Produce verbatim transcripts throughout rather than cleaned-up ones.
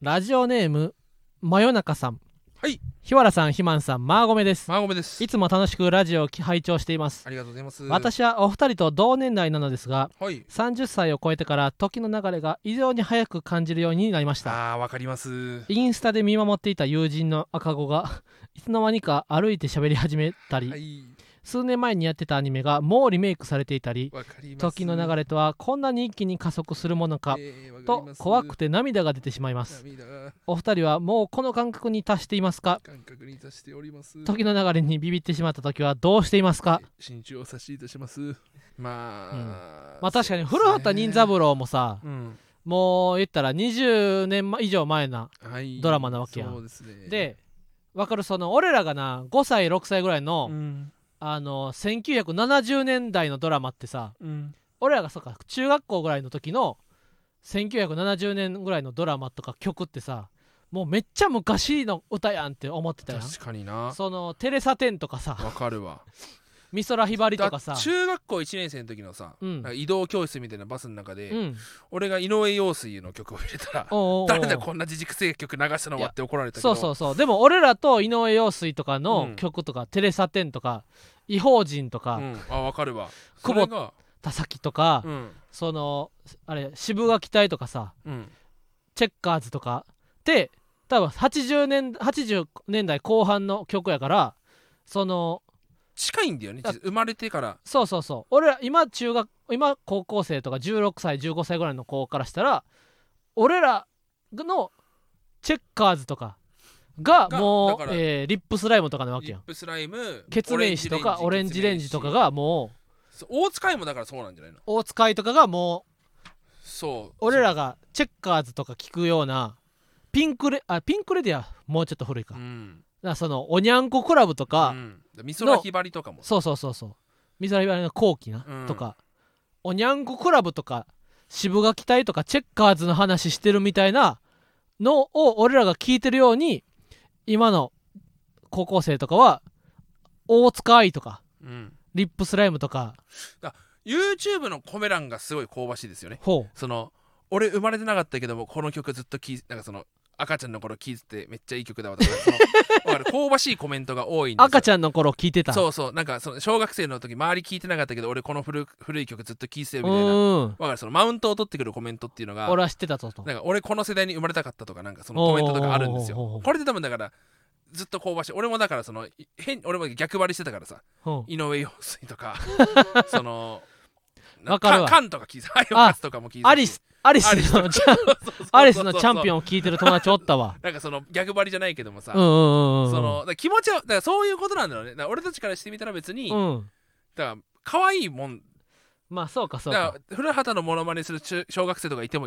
ラジオネーム真夜中さん。 はい、 日原さん、ひまんさん、マーゴメです。 マーゴメです。 いつも楽しくラジオを拝聴しています。 ありがとうございます。 私はお二人と同年代なのですが、 はい、 さんじゅっさいを超えてから時の流れが異常に早く感じるようになりました。 あー、わかります。 インスタで見守っていた友人の赤子がいつの間にか歩いて喋り始めたり、 はい、 数年前にやってたアニメがもうリメイクされていたり、 わかります。 時の流れとはこんなに一気に加速するものか、 えー、 と怖くて涙が出てしまいます。 涙お二人はもうこの感覚に達していますか？ 感覚に達しております。 時の流れにビビってしまった時はどうしていますか？ 心中を差しいたします。まあ、 うん、まあ確かに古畑任三郎もさ、 うん、 もう言ったらにじゅうねん以上前なドラマなわけやん、 はい、そうですね。 でわかる、その俺らがなごさいろくさいぐらいの、 うん、 あのせんきゅうひゃくななじゅうねんだいのドラマってさ、 うん、 俺らがそうか中学校ぐらいの時のせんきゅうひゃくななじゅうねんぐらいのドラマとか曲ってさ、もうめっちゃ昔の歌やんって思ってたやん。 確かにな。 そのテレサテンとかさ、 わかるわ。 美空ひばりとかさ、 中学校いちねん生の時のさ、 うん、 なんか移動教室みたいなバスの中で、 うん、 俺が井上陽水の曲を入れたら、 おうおうおう、 誰だこんな自軸性曲流したのはって怒られたけど、 そうそうそう。でも俺らと井上陽水とかの曲とか、うん、テレサテンとか異邦人とか、 うん、あ、わかるわ。 久保田早紀とか、 うん、 そのあれ渋垣隊とかさ、 うん、 チェッカーズとかって多分はちじゅうねんはちじゅうねんだいこう半の曲やから、その近いんだよね、生まれてから。 そうそうそう。俺ら今中学今高校生とかじゅうろくさいじゅうごさいぐらいの子からしたら、俺らのチェッカーズとかがもう、えー、リップスライムとかなわけやん。 リップスライム、 ケツメイシとかオレンジレンジとかがもう、 大塚愛もだからそうなんじゃないの？ 大塚愛とかがもう、 そう俺らがチェッカーズとか聞くようなピンクレあピンクレディはもうちょっと古いか、うん、だからそのおにゃんこクラブとか、うん、 美空ひばりとかも、 そうそうそうそう、美空ひばりの後期な、うん、とかおにゃんこクラブとか渋垣隊とかチェッカーズの話してるみたいなのを俺らが聞いてるように、今の高校生とかは大塚愛とか、うん、リップスライムとか。 YouTube のコメ欄がすごい香ばしいですよね。 ほう、 その俺生まれてなかったけどもこの曲ずっと聴いて、なんかその赤ちゃんの頃聴いててめっちゃいい曲だわとか、その分かる香ばしいコメントが多いんですよ。 赤ちゃんの頃聴いてた。 そうそう、なんかその小学生の時周り聴いてなかったけど俺この 古, 古い曲ずっと聴いてたよみたいな、分かる、そのマウントを取ってくるコメントっていうのが俺は知ってたぞと、 なんか俺この世代に生まれたかったとか、なんかそのコメントとかあるんですよ。これで多分だからずっと香ばしい。俺もだからその変俺も逆張りしてたからさ、井上陽水とかそのわかるわ、 カンとか聞いてた、アイオカスとかも聞いてた、 アリスアリスのチャンピオンを聞いてる友達おったわ。 なんかその逆張りじゃないけどもさ、 うんうんうん、 そのだ気持ちはだからそういうことなんだろうね。だから俺たちからしてみたら別に、うん、だから可愛いもん。 まあそうかそうか。 だから古畑のモノマネする中小学生とかいても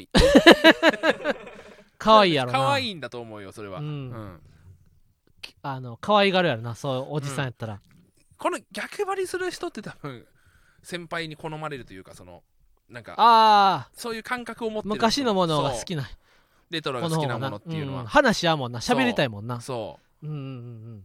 可愛いやろな。 可愛いんだと思うよそれは。うん、うん、 あの可愛がるやろな、そういうおじさんやったら、うん、 この逆張りする人って多分先輩に好まれるというか、そのなんかあそういう感覚を持ってる昔のものが好きな、 レトロが好きなものっていうのは、 うん、話やもんな、喋りたいもんな。 そう、 うんうんうん、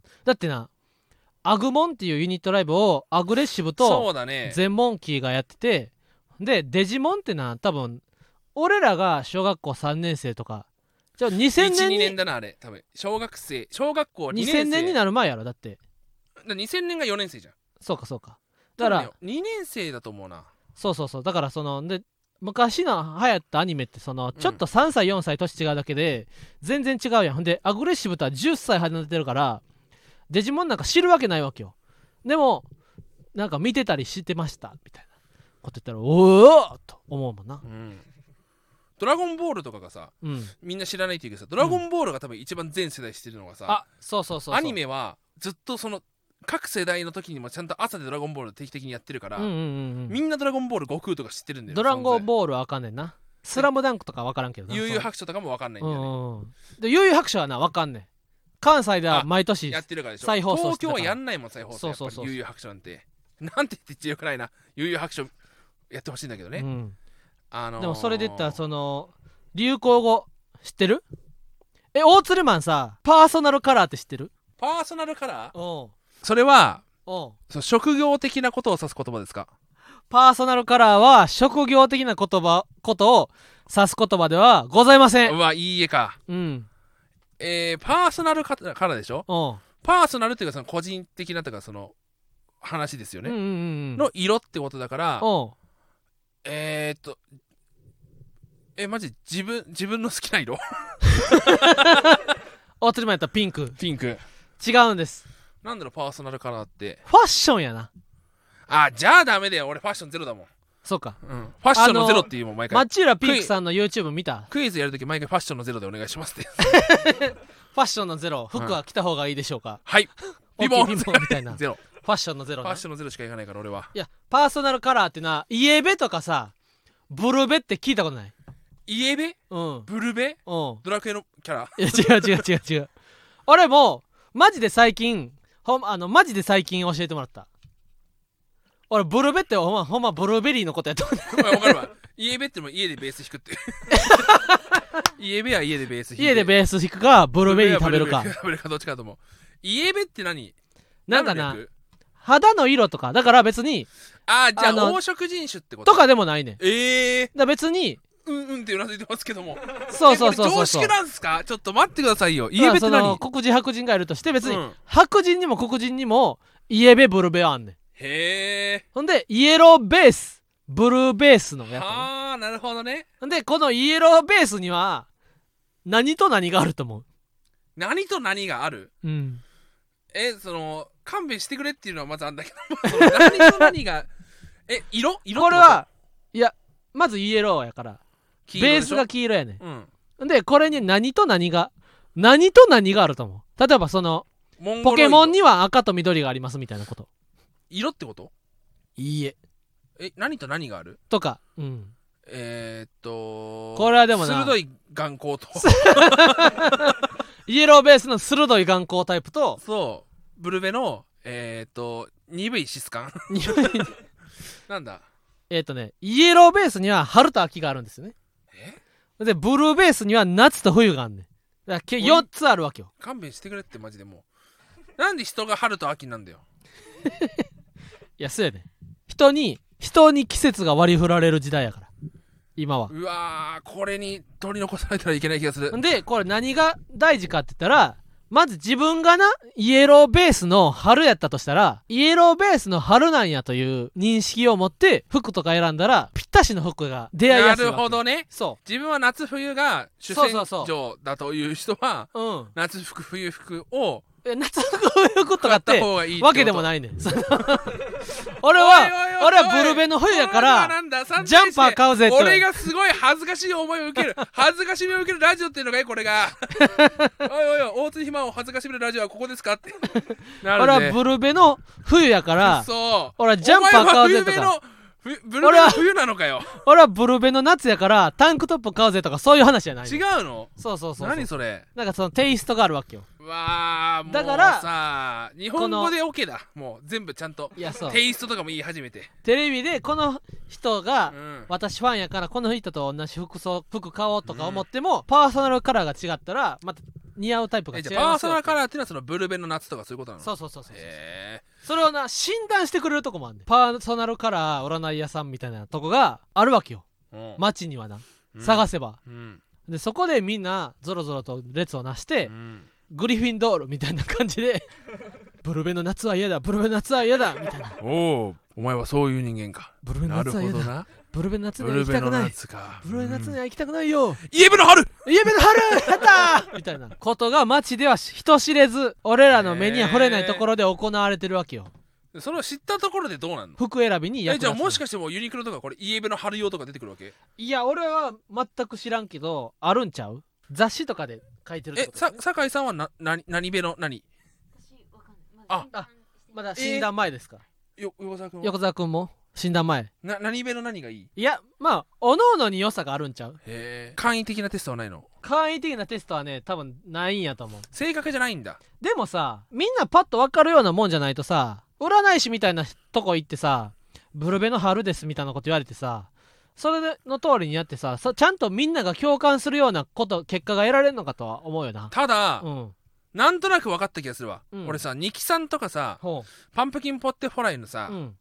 だってなアグモンっていうユニットライブをアグレッシブとゼンモンキーがやってて、でデジモンってな多分俺らが小学校さんねん生とかじゃあにせんねんにいち、にねんだなあれ多分小学生小学校にねん生にせんねんになる前やろ。だってだにせんねんがよねん生じゃん。 そうかそうか、だから、ね、 にねん生だと思うな。 そうそうそう、だからそので昔の流行ったアニメってそのちょっとさんさいよんさい年違うだけで全然違うやん。ほんでアグレッシブとはじゅっさい離れてるからデジモンなんか知るわけないわけよ。でもなんか見てたりしてましたみたいなこと言ったらおおと思うもんな、うん、 ドラゴンボールとかがさ、うん、みんな知らないっていうけどさ、ドラゴンボールが多分一番全世代知ってるのがさ、うん、あそうそうそうそう、 アニメはずっとその各世代の時にもちゃんと朝でドラゴンボール定期的にやってるから、うんうんうんうん、みんなドラゴンボール悟空とか知ってるんだよ。 ドラゴンボールは分かんねんな。スラムダンクとか分からんけどな。 悠々白書とかも分かんないんだよね、うんうん、 で悠々白書はな分かんねん。関西では毎年やってるからでしょ。 再放送してたから。 東京はやんないもん再放送。そうそうそう、悠々白書なんてなんて言って強くないな。悠々白書やってほしいんだけどね、うん、あのー、 でもそれで言ったらその流行語知ってる？え大鶴マンさパーソナルカラーって知ってる？ パーソナルカラー？ おそれはおそう職業的なことを指す言葉ですか？ パーソナルカラーは職業的な言葉ことを指す言葉ではございません。 うわいいえか。 うんえー、パーソナルカラーでしょ。 うんパーソナルっていうかその個人的なとかその話ですよね、 うんうんうんの色ってことだから、 おえーっとえマジ自分自分の好きな色おつりまやったらピンク。 ピンク。 違うんです。 なんだろうパーソナルカラーって。 ファッションやな。 あじゃあダメだよ、俺ファッションゼロだもん。 そうか、 うん、ファッションのゼロっていうもん毎回。 町浦ピンクさんの YouTube 見た？ クイズやるとき毎回ファッションのゼロでお願いしますってファッションのゼロ、服は着た方がいいでしょうか？ はいリボンリボンみたいなゼロ。 ファッションのゼロな。 ファッションのゼロしかいかないから俺は。 いやパーソナルカラーってな、イエベとかさブルベって聞いたことない？ イエベ、 うんブルベ、 うんドラクエのキャラ。 いや違う違う違う違う俺もマジで最近ほんあのマジで最近教えてもらった。俺ブルベってほんまほんまブルーベリーのことやと思う。 分かるわ。イエベっても家でベース弾くってイエベは家でベース弾く。 家でベース弾くかブルーベリー食べるか。 食べるかどっちかと思う。イエベって何？ なんかな肌の色とかだから別にあじゃああの黄色人種ってこととかでもないねん。 ええー、 だから別にうんうんってうなずいてますけども。 そうそうそうそう常識なんすか？ちょっと待ってくださいよ。イエベってそ何？ の黒人白人がいるとして別に、 うん、 白人にも黒人にもイエベブルベはあんねん。 へえ。 ほんでイエローベースブルーベースのやつ、ね、 ああなるほどね。 ほんでこのイエローベースには何と何があると思う？ 何と何がある？ うんえその勘弁してくれっていうのはまずあんだけど何と何がえ色色これはいやまずイエローやからベベースが黄色やねん、 うん、でこれに何と何が何と何があると思う？例えばそのポケモンには赤と緑がありますみたいなこと。 色ってこと？ いいええ何と何があるとか、うん、 えー、っとこれはでもな鋭い眼光とイエローベースの鋭い眼光タイプとそうブルベのえー、っと鈍い質感なんだえっとねイエローベースには春と秋があるんですよね。 えでブルーベースには夏と冬があるねん。だからよっつあるわけよ。 勘弁してくれってマジでもうなんで人が春と秋なんだよいやそうやね人に人に季節が割り振られる時代やから今は。 うわーこれに取り残されたらいけない気がする。 でこれ何が大事かって言ったらまず自分がなイエローベースの春やったとしたらイエローベースの春なんやという認識を持って服とか選んだらぴったしの服が出会いやすいわけ。 なるほどね。 そう自分は夏冬が主戦場だという人はうん、 夏服冬服をえ夏服冬服とかっていいわけでもないねん俺は俺はブルベの冬やからジャンパー買うぜって。 俺がすごい恥ずかしい思いを受ける恥ずかしみを受けるラジオっていうのかいこれがおいおいおい大津ひまを恥ずかしめるラジオはここですかってなる俺はブルベの冬やからそう俺はジャンパー買うぜとかブルベの冬なのかよ。 俺はブルベの夏やからタンクトップ買うぜとかそういう話じゃない。 違うの？ そうそうそうそう。 何それ？ なんかそのテイストがあるわけよ。 わーもうだからさ日本語で OK だ。もう全部ちゃんといやそうテイストとかも言い始めてテレビでこの人が、 うん、 私ファンやからこの人と同じ服装服買おうとか思っても、うん、パーソナルカラーが違ったらまた似合うタイプが違いますよ。 パーソナルカラーっていうのはそのブルベの夏とかそういうことなの？ そうそうそうそう。 へーそれをな診断してくれるとこもあるねん。パーソナルカラー占い屋さんみたいなとこがあるわけよ、うん、街にはな、うん、探せば、うん、でそこでみんなゾロゾロと列をなして、うん、グリフィンドールみたいな感じでブルベの夏は嫌だブルベの夏は嫌だみたいな。 おおお前はそういう人間か。 ブルベの夏は嫌だ。なるほどな。ブルベの夏には行きたくない。ブルベの夏には行きたくないよ。 イエベの春イエベの春やったーみたいなことが街では人知れず俺らの目には触れないところで行われてるわけよ。 それを知ったところでどうなんの？服選びに役立つ。 えじゃあもしかしてもうユニクロとかこれイエベの春用とか出てくるわけ？ いや俺は全く知らんけどあるんちゃう？雑誌とかで書いてるってこと、ね、 えさ酒井さんはな何何べの何？ ああまだ診断前ですか？ えー、よ横澤君横澤君も診断前な何べの何がいい？ いやまあおのおのに良さがあるんちゃう？ へえ簡易的なテストはないの？ 簡易的なテストはね多分ないんやと思う。 正確じゃないんだ。 でもさみんなパッと分かるようなもんじゃないとさ占い師みたいなとこ行ってさブルベの春ですみたいなこと言われてさそれの通りにやってさちゃんとみんなが共感するようなこと結果が得られるのかとは思うよな。 ただ、うん、なんとなく分かった気がするわ、うん、俺さニキさんとかさほパンプキンポッテフォライのさ、うん、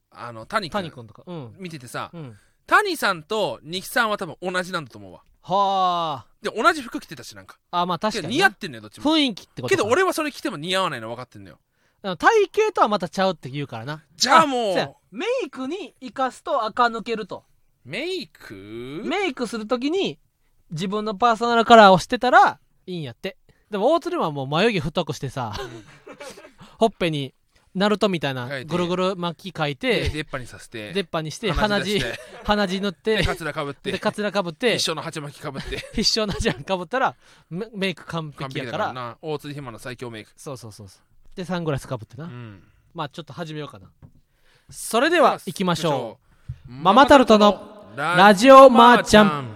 あの谷君谷君とかうん見ててさ、 うん谷さんと二木さんは多分同じなんだと思うわ。 はで同じ服着てたしなんかああまあ確かにな似合ってんのよどっちも。 雰囲気ってことかけど俺はそれ着ても似合わないの分かってんのよ。 体型とはまたちゃうって言うからな。 じゃあもうそうやメイクに生かすと垢抜けると。 メイクメイクするときに自分のパーソナルカラーをしてたらいいんやって。でも大鶴はもう眉毛太くしてさほっぺにナルトみたいな描いてぐるぐる巻き描いてで出っ歯にさせて出っ歯にして鼻血出して鼻血塗ってでカツラかぶってでカツラかぶって一生の鉢巻きかぶって必勝なじゃんかぶったらメメイク完完璧璧やからだからな。大津ひまの最強メイク。 そうそうそうそうでサングラスかぶってな、 うんまあちょっと始めようかな。それでは行きましょう。 うママタルトのラジオマーちゃん。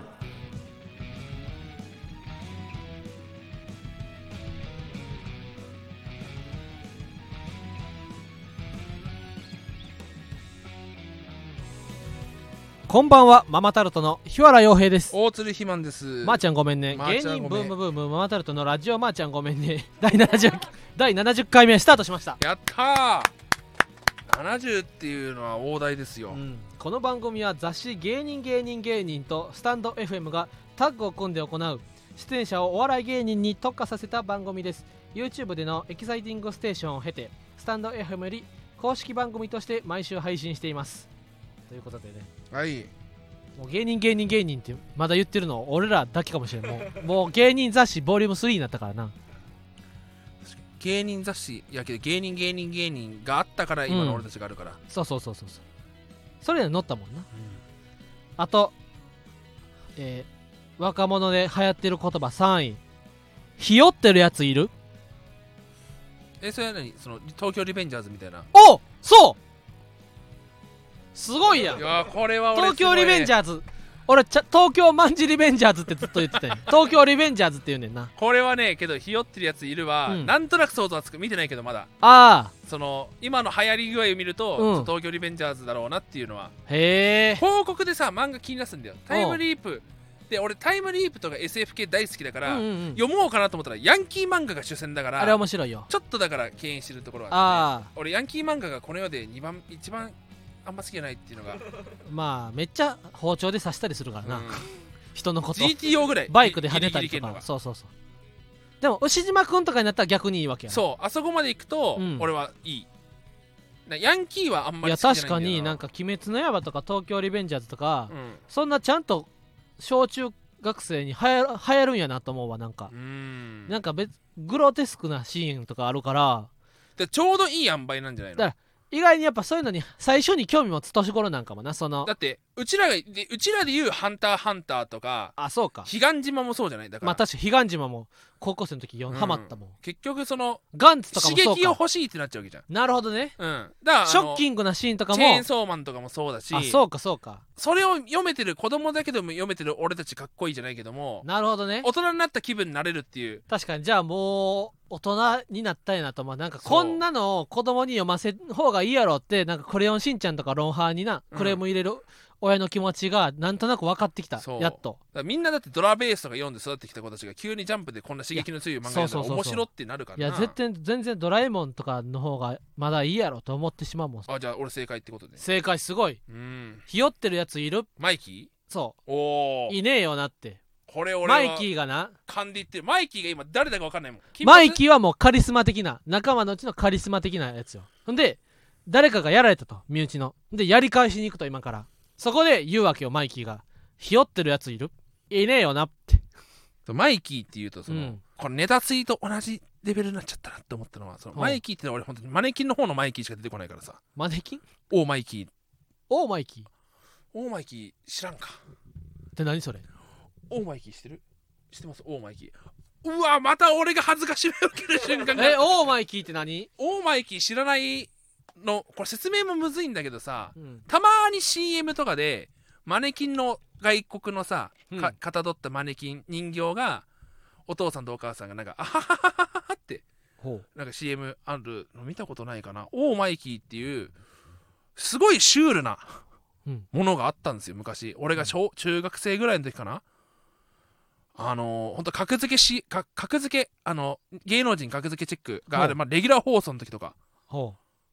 こんばんは、ママタルトの日原洋平です。 大鶴ひまんです。 まーちゃんごめんね。 まー芸ちゃんごめん人ブームブームママタルトのラジオまーちゃんごめんね。第ななじゅう第ななじゅっかいめスタートしました。 やったー。ななじゅうっていうのは大台ですよ、 うん、この番組は雑誌芸人芸人芸人とスタンド エフエム がタッグを組んで行う出演者をお笑い芸人に特化させた番組です。 YouTube でのエキサイティングステーションを経てスタンド エフエム より公式番組として毎週配信していますということでね、 はいもう芸人芸人芸人ってまだ言ってるの俺らだけかもしれん。もうもう芸人雑誌ボリュームスリーになったからな。 芸人雑誌やけど芸人芸人芸人があったから今の俺たちがあるから、 そうそうそうそうそうそれに乗ったもんな。あと、えー、若者で流行ってる言葉さんい、ひよってるやついる？ えそれは何その東京リベンジャーズみたいな。 おそうすごいやん。 いやこれは俺東京リベンジャーャーズ俺ちゃ東京マンジリベンジャーズってずっと言ってたよ東京リベンジャーズって言うねんな。 これはねけどひよってるやついるわ、 うん、 なんとなく想像はつく。見てないけどまだああその今の流行り具合を見ると、 うん、 東京リベンジャーズだろうなっていうのは。 へえ広告でさ漫画気に出すんだよ。タイムリープで俺タイムリープとか エスエフ 系大好きだから、 うんうんうん、 読もうかなと思ったらヤンキー漫画が主戦だからあれ面白いよ。 ちょっとだから敬遠してるところはあって、ね、 あ俺ヤンキー漫画がこの世でにばん一番あんま好きじゃないっていうのがまあめっちゃ包丁で刺したりするからな、うん、人のことジーティーオー ぐらいバイクで跳ねたりとかそうそうそう。でも牛島くんとかになったら逆にいいわけや。 そうあそこまで行くと、うん、俺はいいな。ヤンキーはあんまり好きじゃないんだよな。いや確かになんか鬼滅の刃とか東京リベンジャーズとか、 うん、 そんなちゃんと小中学生に流行る、流行るんやなと思うわ。なんかうんなんか別グロテスクなシーンとかあるからでちょうどいい塩梅なんじゃないの。 だから意外にやっぱそういうのに最初に興味持つ年頃なんかもな。そのだってうちらがでうちらで言うハンターハンターとかあそうか彼岸島もそうじゃない。だからまあ確か彼岸島も高校生の時よ、うん、ハマったもん。 結局そのガンツとかもそうか刺激を欲しいってなっちゃうわけじゃん。 なるほどね、 うん、だからショッキングなシーンとかもチェーンソーマンとかもそうだし。 あそうかそうかそれを読めてる子供だけでも読めてる俺たちかっこいいじゃないけども。 なるほどね。 大人になった気分になれるっていう。 確かにじゃあもう大人になったんやなと。まあなんかこんなのを子供に読ませる方がいいやろってなんかクレヨンしんちゃんとかロンハーになクレーム入れる親の気持ちがなんとなく分かってきた、 うん、 やっと。 だみんなだってドラベースとか読んで育ってきた子たちが急にジャンプでこんな刺激の強い漫画読んだら面白ってなるからな。 いや絶対全然ドラえもんとかの方がまだいいやろと思ってしまうもん。 あじゃあ俺正解ってことで。 正解すごい。 うんひよってるやついる？ マイキー。 そうおいねえよなって。 これ俺はマイキーがな勘で言ってる。マイキーが今誰だか分かんないもん。 マイキーはもうカリスマ的な仲間のうちのカリスマ的なやつよ。ほんで誰かがやられたと身内のでやり返しに行くと今からそこで言うわけよ。マイキーがひよってるやついる？いねえよなって。 マイキーって言うとその、うん、このネタツイと同じレベルになっちゃったなって思ったのはそのマイキーってのは俺本当にマネキンの方のマイキーしか出てこないからさ。 マネキン？ オーマイキー。 オーマイキーオーマイキー知らんかって何それ？ オーマイキー知ってる？知ってます？オーマイキー。うわまた俺が恥ずかしめを受ける瞬間がえオーマイキーって何？ オーマイキー知らないのこれ説明もむずいんだけどさ、うん、たまに シーエム とかでマネキンの外国のさ、うん、かかたどったマネキン人形がお父さんとお母さんがなんかあはははははってなんか シーエム あるの見たことないかな。オーマイキーっていうすごいシュールなものがあったんですよ昔。俺が小中学生ぐらいの時かな。あのー、ほんと格付けし格付けあの芸能人格付けチェックがある、まあ、レギュラー放送の時とか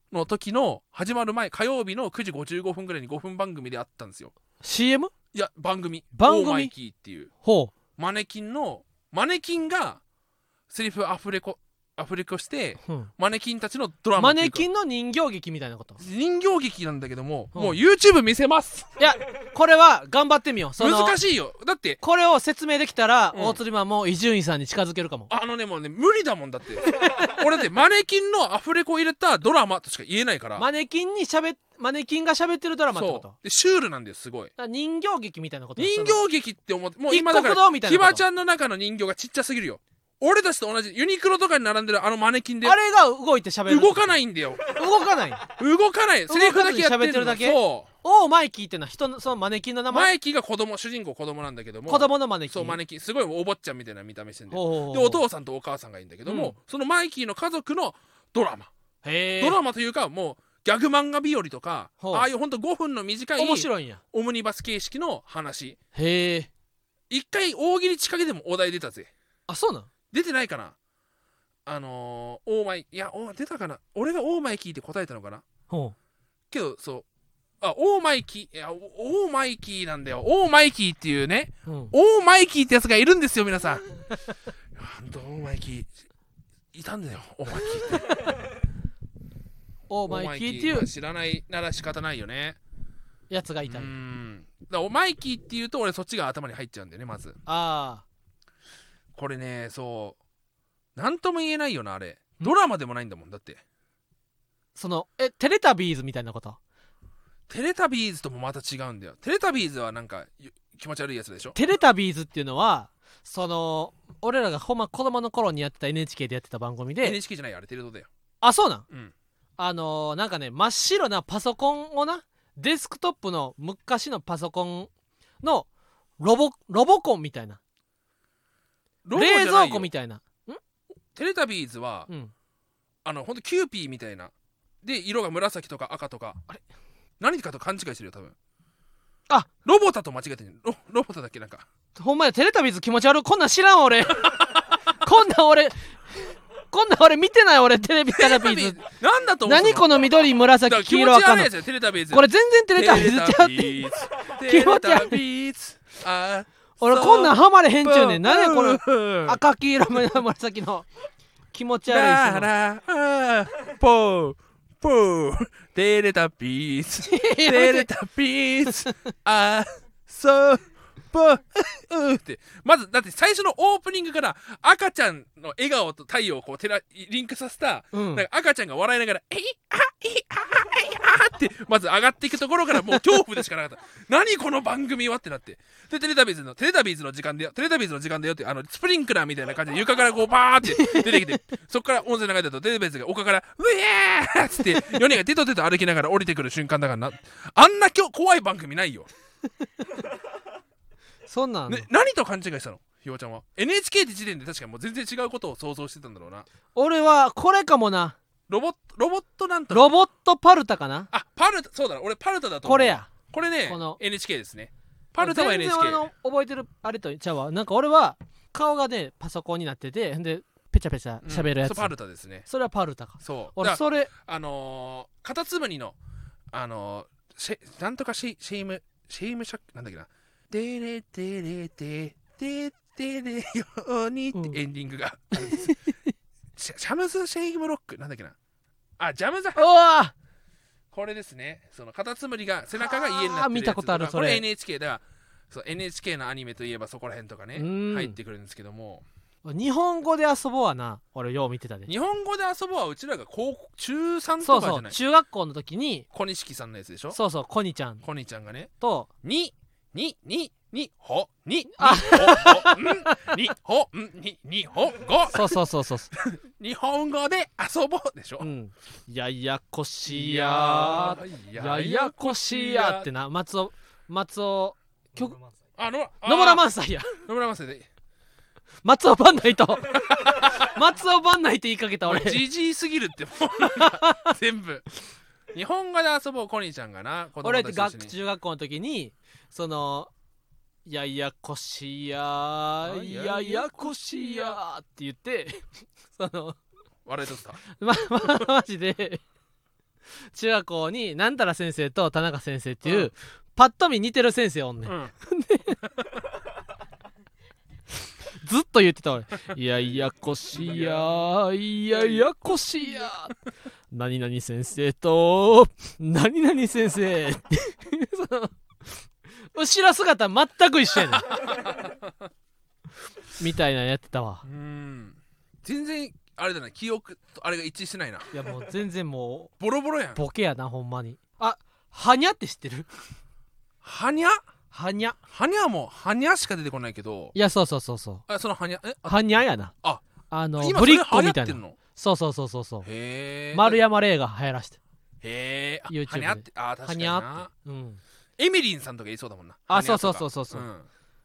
の時の始まる前、火曜日のくじごじゅうごふんぐらいにごふん番組であったんですよ。 シーエム？ いや番組番組オーマイキーっていうほう、 マネキンのマネキンがセリフアフレコアフレコして、 うん、 マネキンたちのドラママっていうかネキンの人形劇みたいなこと。 人形劇なんだけども、 うんもう YouTube 見せます。 いやこれは頑張ってみよう。その難しいよ。だってこれを説明できたら、 うん大釣りマンも伊集院さんに近づけるかも。 あのねもうね無理だもんだって俺だってマネキンのアフレコ入れたドラマとしか言えないから。 マネキンにしゃべマネキンが喋ってるドラマってこと。 そうでシュールなんだよすごい。 だから人形劇みたいなこと。 人形劇って思ってもう今だか一国堂みたいなことらひばちゃんの中の人形がちっちゃすぎるよ。俺たちと同じユニクロとかに並んでるあのマネキンであれが動いて喋る。 動かないんだよ。 動かない。 動かない。セリフだけやって動かずに喋ってるだけ。 そうオーマイキーってのは人のそのマネキンの名前。 マイキーが子供、主人公子供なんだけども、 子供のマネキン。 そうマネキンすごいお坊ちゃんみたいな見た目してんだよ。 ほうほうほうでお父さんとお母さんがいいんだけども、 うんそのマイキーの家族のドラマへえ。 ドラマというかもうギャグ漫画日和とかほうああいうほんとごふんの短い面白いんや。 オムニバス形式の話。 へえ。 一回大喜利仕掛けでもお題出たぜ。 あ、そうなん。 出てないかな。あのー、オーマイいやお出たかな。俺がオーマイキーって答えたのかな。 ほけどそうあオーマイキーいやオーマイキーなんだよ。オーマイキーっていうね、 う、うん、 オーマイキーってやつがいるんですよ皆さん。ほんとオーマイキーいたんだよ。オーマイキーってオーマイキーっていう知らないなら仕方ないよね。 やつがいた。 うんんだからオーマイキーっていうと俺そっちが頭に入っちゃうんだよねまず。 ああ。 これねそうなんとも言えないよなあれ。ドラマでもないんだもんだって。 そのえテレタビーズみたいなこと。 テレタビーズともまた違うんだよ。テレタビーズはなんか気持ち悪いやつでしょ。 テレタビーズっていうのはその俺らがほんま子供の頃にやってた エヌエイチケー でやってた番組で。 エヌエイチケー じゃないあれテレ東だよ。 あ、そうなん。 うんあのー、なんかね真っ白なパソコンをなデスクトップの昔のパソコンのロボロボコンみたいなロボじゃないよ冷蔵庫みたいな。 テレタビーズは、 うん、 あのほんとキューピーみたいなで色が紫とか赤とかあれ何かと勘違いしてるよ多分。 あロボタと間違えてる。 ロ, ロボタだっけなんか。 ほんまやテレタビーズ気持ち悪い。こんなん知らん俺こんなん俺こんなん俺見てない俺テレビテレビーズなんだと思う。 何この緑紫黄色赤のやつよテレタビーズ。 これ全然テレタビーズちゃうってテレタビーズあ俺こんなんハマれへんちゅうねん。何やこのの赤黄色紫の気持ち悪いラ人ラあポーポーテレタビーズテレタビーズあそうポーうってまずだって最初のオープニングから赤ちゃんの笑顔と太陽をこうテラリンクさせた、 うんなんか赤ちゃんが笑いながら「えいあいあいあ」ってまず上がっていくところからもう恐怖でしかなかった。何この番組はってなって、でテレタビーズのテレタビーズの時間だよテレタビーズの時間だよってあのスプリンクラーみたいな感じで床からこうバーって出てきてそっから音声流れたとテレビーズが丘から「うえー!」っつってよにんがテトテト歩きながら降りてくる瞬間だからな。あんな今日怖い番組ないよ。 そんなん、 ね、何と勘違いしたのひよちゃんは。 エヌエイチケー って時点で確かにもう全然違うことを想像してたんだろうな。 俺はこれかもな。 ロボットロボットなんとかロボットパルタかな。 あパルタそうだな俺パルタだと思う。 これやこれねこのエヌエイチケー ですね。パルタは エヌエイチケー。 全然俺の覚えてるあれとちゃうわ。なんか俺は顔がねパソコンになっててでペチャペチャ喋るやつ、 うん、そうパルタですね。 それはパルタか。 そう俺それあのー、カタツムリのあのー、シェなんとかシェシェイムシェイムシャックなんだっけなデレデレデデデレようにってエンディングがあるんです、うん、シャムズシェイムロックなんだっけなあジャムザうわこれですね。そのカタツムリが背中が家になってるやつ。 見たことあるそれ。 これ エヌエイチケー だ。そう エヌエイチケー のアニメといえばそこら辺とかね入ってくるんですけども、 日本語で遊ぼうはな俺よう見てたで。 日本語で遊ぼうはうちらが高校中さんそうそとかじゃない。 う中学校の時に小錦さんのやつでしょ。 そうそうコニちゃんコニちゃんがねとににににほにあにほんににほごそうそうそうそう日本語で遊ぼうでしょ、 うん、ややこしやややこしやってな松尾松尾曲あの野村萬斎や野村萬斎で松尾伴内と松尾伴内って言いかけた俺じじいすぎるってもう全部日本語で遊ぼうコニーちゃんがな子供俺たちと一緒にって学中学校の時にそのややこしやややこしやって言ってその笑いとったままマジで中学校になんたら先生と田中先生っていう、 うん、 パッと見似てる先生おんねん、うん、ずっと言ってた俺いやいやこしやいやいやこしや何々先生と何々先生その後ろ姿全く一緒やねんみたいなのやってたわ。 うん、全然あれだな、記憶とあれが一致してないな。 いやもう全然もうボロボロやん。 ボケやなほんまに。あ、はにゃって知ってる？ はにゃはにゃはにゃもはにゃしか出てこないけど。 いやそうそうそうそう、 あ、そのはにゃえはにゃやな。 ああのブリッコみたいな。そうそうそうそうそう。 へえ。 丸山礼が流行らして。 へえ。 YouTube ではにゃって、あ、確かにな。 はにゃって、うん、 エミリンさんとか言いそうだもんな。 あ、そうそうそうそうそう、うん、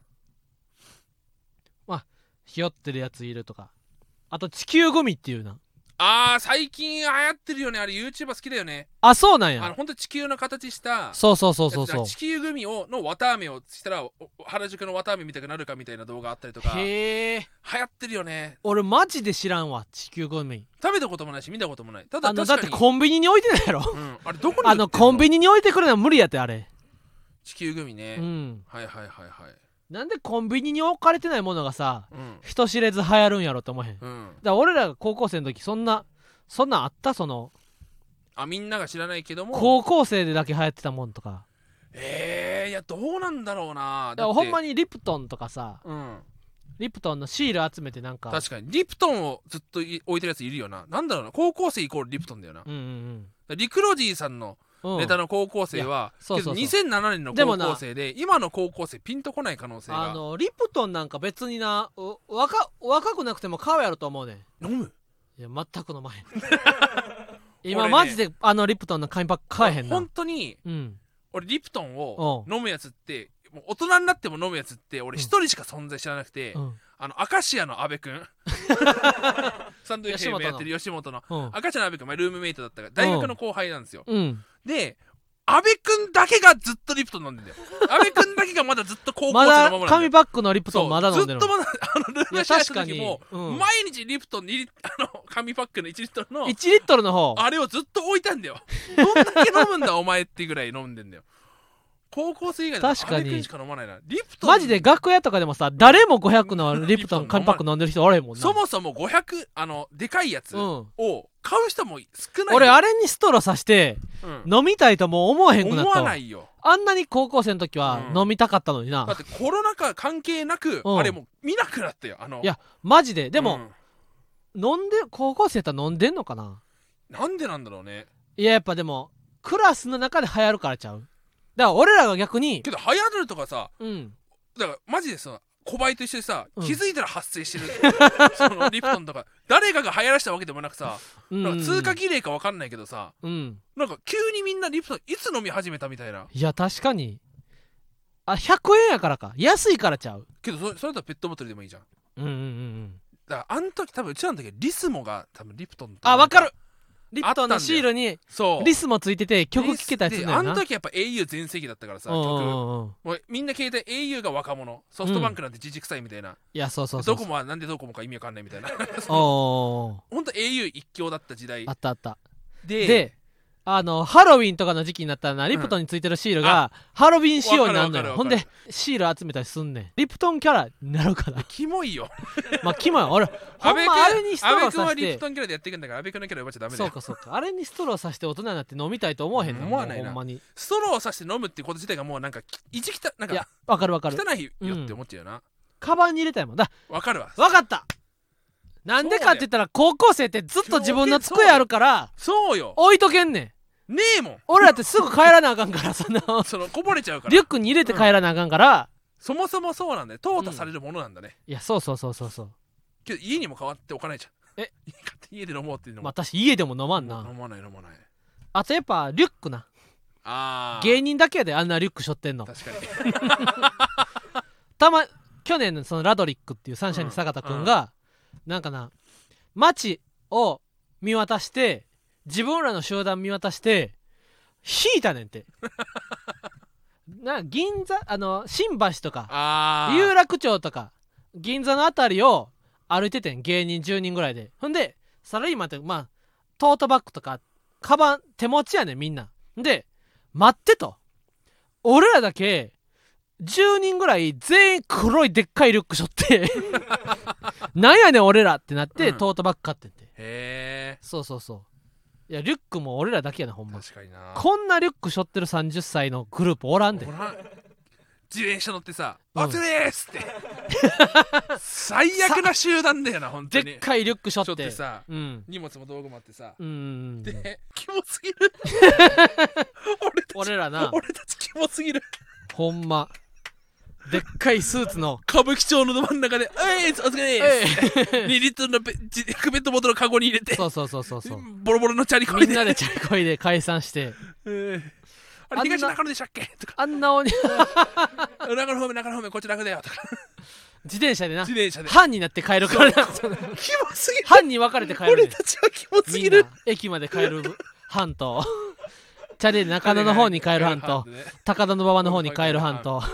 まあひよってるやついるとか、あと地球グミっていうな。 あー、最近流行ってるよね、あれ YouTuber 好きだよね。 あ、そうなんや。 あの本当地球の形したそうそうそうそうそう、 地球グミをの綿あめをしたら原宿の綿あめみたいになるかみたいな動画あったりとか。 へえ、 流行ってるよね。 俺マジで知らんわ、地球グミ食べたこともないし見たこともない。ただあのだってコンビニに置いてないやろ、 うん、あれどこに売ってんの？ あのコンビニに置いてくるのは無理やってあれ。 地球グミね、 うん、 はいはいはいはい。 なんでコンビニに置かれてないものがさ、 うん、 人知れず流行るんやろって思えへん、うん、だから俺らが高校生の時そんなそんなんあった？そのあ、みんなが知らないけども高校生でだけ流行ってたもんとか。 えー、いやどうなんだろうな。 だからほんまにリプトンとかさ、 うん、 リプトンのシール集めてなんか、 確かにリプトンをずっと置いてるやついるよな。なんだろうな、高校生イコールリプトンだよな。 うんうんうん、 リクロジーさんのネタの高校生は、うん、 そうそうそう、 けどにせんななねんの高校生 で, で今の高校生ピンとこない可能性が。 あのリプトンなんか別にな、若, 若くなくても買うやろと思うねん。 飲む？ いや全く飲まへん今、ね、マジであのリプトンの紙パック買えへんな。 本当に、 うん、 俺リプトンを飲むやつってもう大人になっても飲むやつって俺一人しか存在知らなくて、うん、あのアカシアの阿部くんサンドイッチやってる吉本の、うん、アカシアの阿部くん、まあ、ルームメイトだったから大学の後輩なんですよ、うん、で阿部くんだけがずっとリプトン飲んでんだよ阿部くんだけがまだずっと高校生のままなんだよ。まだ紙パックのリプトンまだ飲んでるの。 ずっとまだあのルームシェアした時も、うん、毎日リプトンにリあの紙パックのいちリットルのいちリットルの方あれをずっと置いたんだよどんだけ飲むんだお前ってぐらい飲んでんだよ。高校生以外で阿部くんしか飲まないな。リプトンマジで楽屋とかでもさ、誰もごひゃくのリプトン紙パック飲んでる人おれへんもんな。 そもそもごひゃくあのでかいやつを買う人も少ない。 俺あれにストローさして、うん、飲みたいとも思わへんくなったわ。 思わないよ。 あんなに高校生の時は飲みたかったのにな、うん、 だってコロナ禍関係なく、うん、あれもう見なくなったよ。あのいやマジででも、うん、飲んで高校生やったら飲んでんのかな。 なんでなんだろうね。 いややっぱでもクラスの中で流行るからちゃう。だから俺らが逆にけど流行るとかさ、 うん、 だからマジでさ小バイと一緒にさ、うん、気づいたら発生してるそのリプトンとか誰かが流行らしたわけでもなくさ、うん、なんか通過儀礼か分かんないけどさ、うん、なんか急にみんなリプトンいつ飲み始めたみたいな。 いや確かにあひゃくえんやからか安いからちゃうけど そ, それだったらペットボトルでもいいじゃん。 うんうんうんうんだからあの時多分うちなんだけどリスモが多分リプトンあ分かるリプトンのシールにリスもついてて曲聴けたやつねんな。 あの時やっぱ エーユー 全盛期だったからさ、曲もうみんな携帯 エーユー が若者、ソフトバンクなんてじじくさいみたいな、うん、 いやそうそうそうドコモはなんでドコモか意味わかんないみたいなほんと エーユー 一強だった時代あったあった。 でであのハロウィンとかの時期になったらなリプトンについてるシールが、うん、ハロウィン仕様になるのよ。ほんでシール集めたりすんねん。リプトンキャラになるからキモいよまあキモい俺ほんまあれにストローさせて、阿部君はリプトンキャラでやっていくんだから阿部君のキャラ呼ばちゃダメだよ。 そうかそうかあれにストローさせて大人になって飲みたいと思わへんの。 思わないな。 ほんまにストローをさして飲むってこと自体がもうなんか意地きたなんかいやわかるわかる汚いよって思っちゃうよな、うん、 カバンに入れたいもんだ。 わかるわわかった。なんでかって言ったら高校生ってずっと自分の机あるからそうよ置いとけんねん。 ねえもん俺らってすぐ帰らなあかんからそのそのこぼれちゃうからリュックに入れて帰らなあかんから、 うん、そもそもそうなんだよ。淘汰されるものなんだね、 うん、いやそうそうそうそうそうけど家にも変わっておかないじゃん。 え家で飲もうっていうのもまあ私家でも飲まんな。 飲まない飲まない。 あとやっぱリュックなあ芸人だけであんなリュック背負ってんの。 確かにたま去年のそのラドリックっていうサンシャイン坂田くんが、うん、なんかな街を見渡して自分らの集団見渡して引いたねんてな銀座あの新橋とか有楽町とか銀座のあたりを歩いててん芸人じゅうにんぐらいで。ほんでサラリーマンってまあトートバッグとかカバン手持ちやねんみんなで待ってと俺らだけじゅうにんぐらい全員黒いでっかいリュック背負ってなんやねん俺らってなって、うん、トートバッグ買ってんて。へえ。 そうそうそう。いやリュックも俺らだけやなほんま。 確かにな。 こんなリュック背負ってるさんじゅっさいのグループおらんで。 自転車乗ってさ「おつれーす!」って最悪な集団だよな本当に。 でっかいリュック背負ってってさ、 うん、 荷物も道具もあってさ、 うん、 でキモすぎる俺たち俺らな俺たちキモすぎるほんま。でっかいスーツの歌舞伎町のど真ん中で「えいお疲れーす!」にリットルのペペットボトルカゴに入れてそうそうそうそうそうボロボロのチャリこいでみんなでチャリこいで解散して、 えー、あれ東中野でしたっけとかあんな鬼中野方面中野方面こっち楽だよとか自転車でな自転車で班になって帰るからなキモすぎる班に分かれて帰る、ね、 俺たちはキモすぎる。 駅まで帰る班とチャリで中野の方に帰る班と高田馬場の方に帰る班と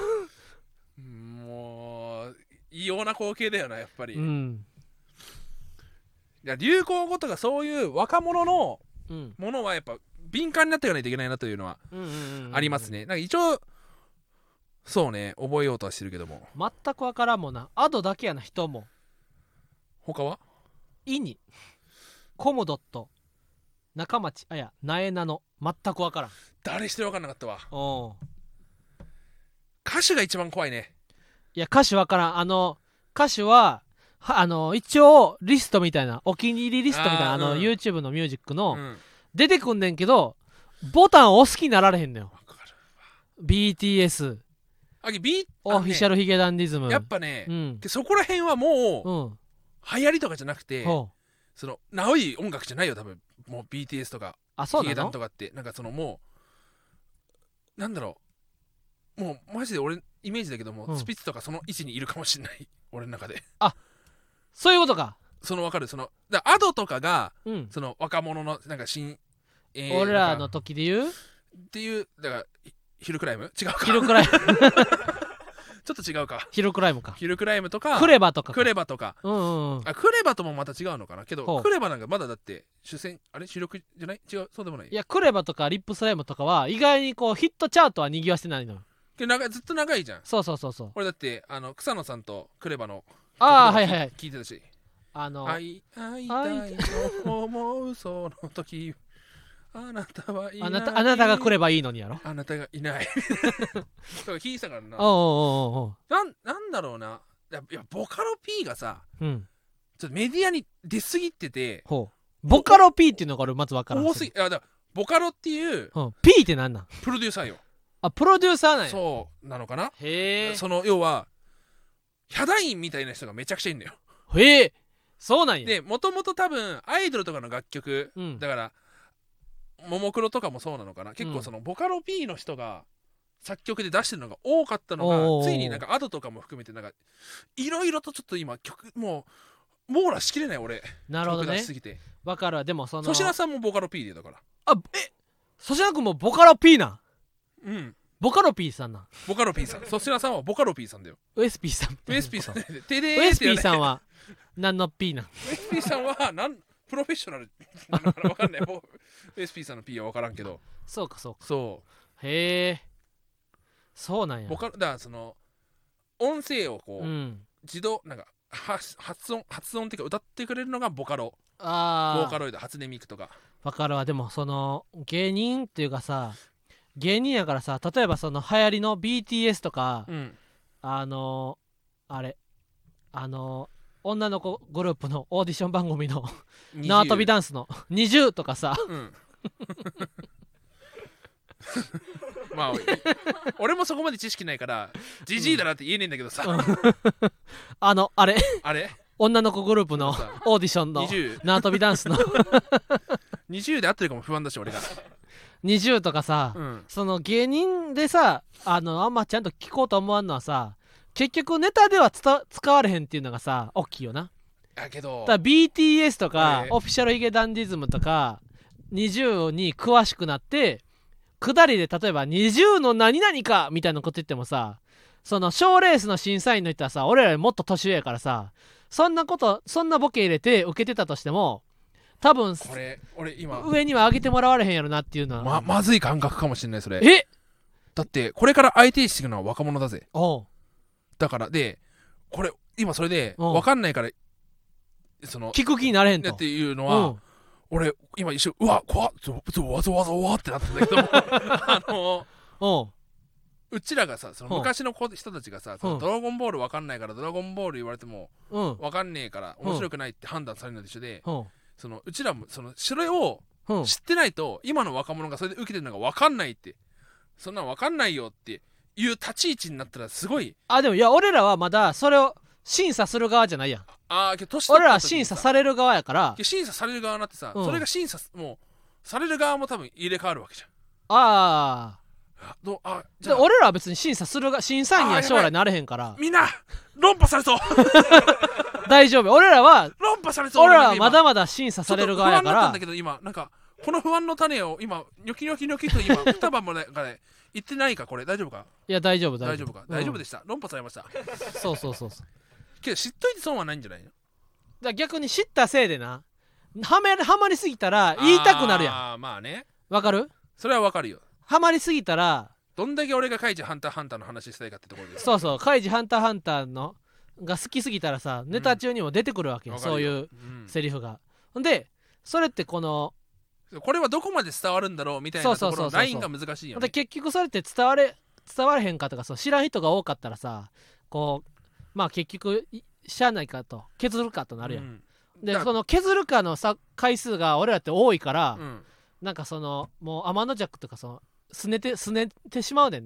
もう異様な光景だよなやっぱり、 うん、 いや流行語とかそういう若者のものはやっぱ敏感になっていかないといけないなというのはありますね。なんか一応そうね覚えようとはしてるけども全く分からんもんな。アドだけやな人も。 他はイニコムドット中町あやなえなの全く分からん。 誰して分かんなかったわ。 お歌手が一番怖いね。 いや歌手分からん。あの歌手ははあの一応リストみたいなお気に入りリストみたいなあ、あの、うん、YouTube のミュージックの、うん、出てくんねんけどボタン押す気になられへんのよ。 ビーティーエスあ B オフィシャルヒゲダンディズムやっぱね、 うん、 そこら辺はもう、うん、流行りとかじゃなくて、 うん、 そのナウい音楽じゃないよ多分。もう ビーティーエス とかヒゲダンとかってなんかそのもうなんだろうもうマジで俺イメージだけども、うん、スピッツとかその位置にいるかもしれない俺の中で。 あそういうことか。 その分かるそのだアドとかが、 うん、 その若者のなんか新、 えー、俺らの時で言うっていうだからヒルクライム違うかヒルクライムちょっと違うか。 ヒルクライムか。 ヒルクライムとかクレバとかクレバとか、 うんうんうん、 あクレバともまた違うのかなけどクレバなんかまだだって主戦あれ主力じゃない違うそうでもない。 いやクレバとかリップスライムとかは意外にこうヒットチャートはにぎわしてないのよ。 けどずっと長いじゃん。 そうそうそうそう。 俺だってあの草野さんとクレバのああはいはいはい聞いてたしあの会い会いたいと思うその時あなたはいない。 あなたあなたが来ればいいのにやろ。 あなたがいないとか聞いてたからな。 おうおうおうなん、なんだろうな。いや、いやボカロ P がさ、 うん、 ちょっとメディアに出すぎてて。 ほうボカロ P っていうのが俺まず分からん。 多すぎ。いやだボカロっていう、 うん、P ってなんなん。 プロデューサーよ。 あプロデューサーなんや。 そうなのかな。 へえ。 その要はヒャダインみたいな人がめちゃくちゃいんだよ。 へえそうなんや。 でもともと多分アイドルとかの楽曲、 うん、 だからももクロとかもそうなのかな。結構そのボカロ P の人が作曲で出してるのが多かったのが、 うん、 ついになんかアドとかも含めてなんかいろいろとちょっと今曲もう網羅しきれない俺。 なるほどね。 曲出しすぎてわかるわ。でもその粗品さんもボカロ P でだから。 あえ粗品君もボカロ P なん。 うんボカロ P さんなん。 ボカロ P さん粗品さんはボカロ P さんだよ。 ウエス P さんウエス P さんでテデーウエス P さんは何の P なん。 ウエス P さんはなんプロフェッショナルなのかな分かんないウエス P さんの P は分からんけど。 そうかそうか。 そうへえそうなんや。 ボカロだからその音声をこう、 うん、 自動なんか発音発音っていうか歌ってくれるのがボカロ。 あボーカロイド初音ミクとか分かるわ。でもその芸人っていうかさ芸人やからさ例えばその流行りの ビーティーエス とか、 うん、 あのあれあの女の子グループのオーディション番組の縄跳びダンスのにじゅうとかさ、 うん、まあ俺もそこまで知識ないからジジイだなって言えねえんだけどさ、うん、 あのあれあれ女の子グループのオーディションの縄跳びダンスのにじゅうで合ってるかも不安だし俺がにじゅうとかさ、うん、その芸人でさ あのあんまちゃんと聞こうと思わんのはさ結局ネタではつた使われへんっていうのがさ大きいよな。 だけどだから ビーティーエス とか、えー、オフィシャルヒゲダンディズムとかにじゅうに詳しくなって下りで例えばにじゅうの何々かみたいなこと言ってもさその賞レースの審査員の人はさ俺らよりもっと年上やからさそんなことそんなボケ入れて受けてたとしても多分これ俺今上には上げてもらわれへんやろなっていうのはま, まずい感覚かもしれないそれ。 えだってこれから相手にしていくのは若者だぜ。 おうだからでこれ今それでうん分かんないからその聞く気になれへんとっていうのはうん俺今一瞬うわ怖っちょちょわざわざわってなったんだけどあのおううちらがさそのうん昔の子人たちがさそのうんドラゴンボール分かんないからドラゴンボール言われてもうん分かんねえから面白くないって判断されるのと一緒でうんそのうちらもそのそれをうん知ってないと今の若者がそれで受けてるのが分かんないってそんなん分かんないよっていう立ち位置になったらすごいあでもいや俺らはまだそれを審査する側じゃないやん。 ああけど年取俺らはった時にさ審査される側やからけど審査される側になってさ、 うんそれが審査もうされる側も多分入れ替わるわけじゃん。 ああどうああじゃあ俺らは別に審査するが審査員には将来なれへんからみんな論破されそう大丈夫。俺らは論破されそう俺らはまだまだ審査される側やかちょっと不安になったんらだけど今なんかこの不安の種を今ニョキニョキニョキと今双葉もねがね言ってないかこれ大丈夫かいや大丈夫大丈夫か、大丈夫でしした論破されましたたそうそうそうそうけど知っといて損はないんじゃないの。 だから逆に知ったせいでなはめはまりすぎたら言いたくなるやん。 ああまあねわかる？ それはわかるよ。 はまりすぎたらどんだけ俺がカイジハンターハンターの話したいかってところですそうそうカイジハンターハンターのが好きすぎたらさネタ中にも出てくるわけよ、 わかるよそういううんセリフが。ほんでそれってこのこれはどこまで伝わるんだろうみたいなところのラインが難しいよね。 で結局それって伝われ伝われへんかとかそう知らん人が多かったらさこうまあ結局いしゃあないかと削るかとなるやん、 うんでだその削るかのさ回数が俺らって多いから、 うんなんかそのもう天の弱とかそのすねてすねてしまうねん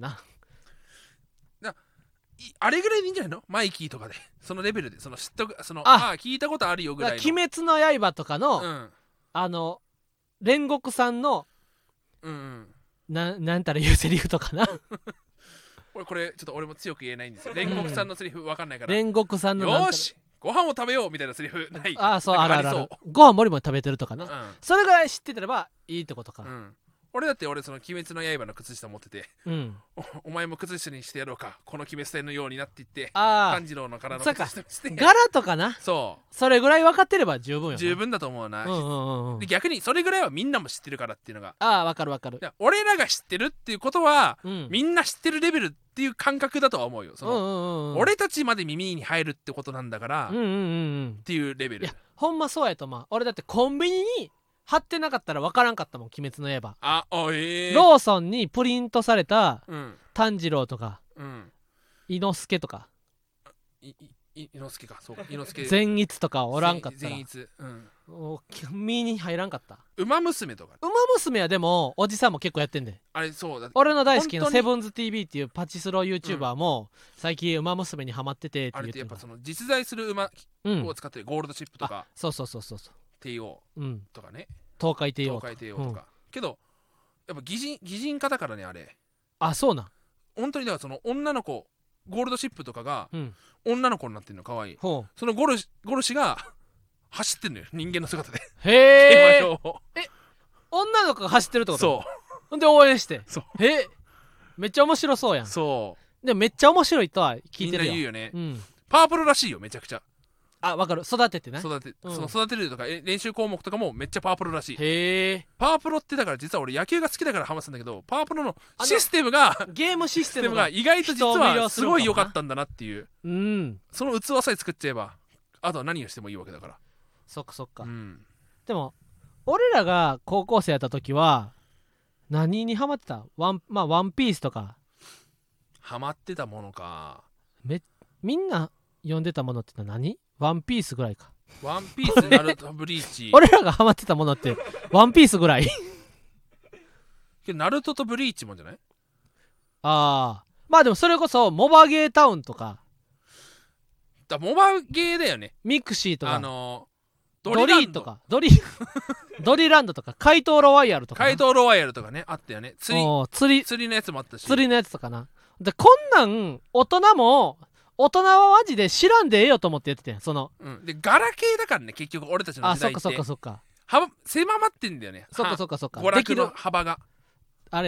ないあれぐらいでいいんじゃないのマイキーとかでそのレベルでその知っとくそのあああ聞いたことあるよぐらいの。 鬼滅の刃とかの、 うんあの煉獄さんのうんうんななんたら言うセリフとかな俺これちょっと俺も強く言えないんですよ。煉獄さんのセリフわかんないから、 煉獄さんのなんたらよーしご飯を食べようみたいなセリフないああそうあるあるあるそご飯もりもり食べてるとかな、 うそれぐらい知っててればいいってことかうん、うん、俺だって俺その鬼滅の刃の靴下持っててうん、 おお前も靴下にしてやろうかこの鬼滅隊のようになっていってあ炭治郎の体のそうか靴下にしてあ柄とかなそそれぐらい分かってれば十分よなう十分だと思うな、 うんうんうんうんで逆にそれぐらいはみんなも知ってるからっていうのがああ分かる分かるいや俺らが知ってるっていうことは、 うんみんな知ってるレベルっていう感覚だとは思うよ。その、 うんうんうんうん俺たちまで耳に入るってことなんだから、っうんうんうんうんていうレベルいや。ほんまそうやとまあ俺だってコンビニに貼ってなかったら分からんかったもん鬼滅の刃、 ああええー、 ローソンにプリントされたうん炭治郎とかうん伊之助とかいいい伊之助かそうか伊之助善逸とかおらんかったら善逸うんお身に入らんかった。 馬娘とかウマ娘はでもおじさんも結構やってんであれそうだ俺の大好きな本当にセブンズ ティービー っていうパチスロ YouTuber も最近ウマ娘にハマっててってあれって言ってるやっぱその実在する馬うんを使ってるゴールドチップとかあそうそうそうそうそ帝王ううんとかね東海帝王東海帝王とか、けどやっぱ擬人擬人化だからねあれあそうなん本当にだからその女の子ゴールドチップとかがうん女の子になってるのかわいいほそのゴルシゴルシが走ってんのよ人間の姿でうへえ競馬場を女の子が走ってるってことそほんで応援してそうえめっちゃ面白そうやんうそうでもめっちゃ面白いとは聞みんないてるよ言うよね、 うんパワープロらしいよめちゃくちゃあ分かる育ててね育て、 うんその育てるとかえ練習項目とかもめっちゃパワープロらしいへえパワープロってだから実は俺野球が好きだからハマってたんだけどパワープロのあのシステムがゲームシシステムステムがが意外と実人を魅了はすごするのかもない良かったんだなっていううんその器さえ作っちゃえばあとは何をしてもいいわけだからそっかそっか、 うんでも俺らが高校生やった時は何にハマってたワンまあワンピースとかハマってたものかめみんな読んでたものってのは何ワンピースぐらいかワンピースナルトブリーチ俺らがハマってたものってワンピースぐらいけどナルトとブリーチもんじゃないああまあでもそれこそモバゲータウンとかだモバゲーだよねミクシーとか、 あのドドリランドリーとかドリドリランドとか怪盗ロワイヤルとかな怪盗ロワイヤルとかねあったよね釣りおー釣り釣りのやつもあったし釣りのやつとかなでこんなん大人も大人はマジで知らんでええよと思ってやってたやんそのうん、でガラケーだからね結局俺たちのあそっか時代ってそっかそっか幅狭まってんだよねそっかそっかそっか娯楽のできる幅があれやな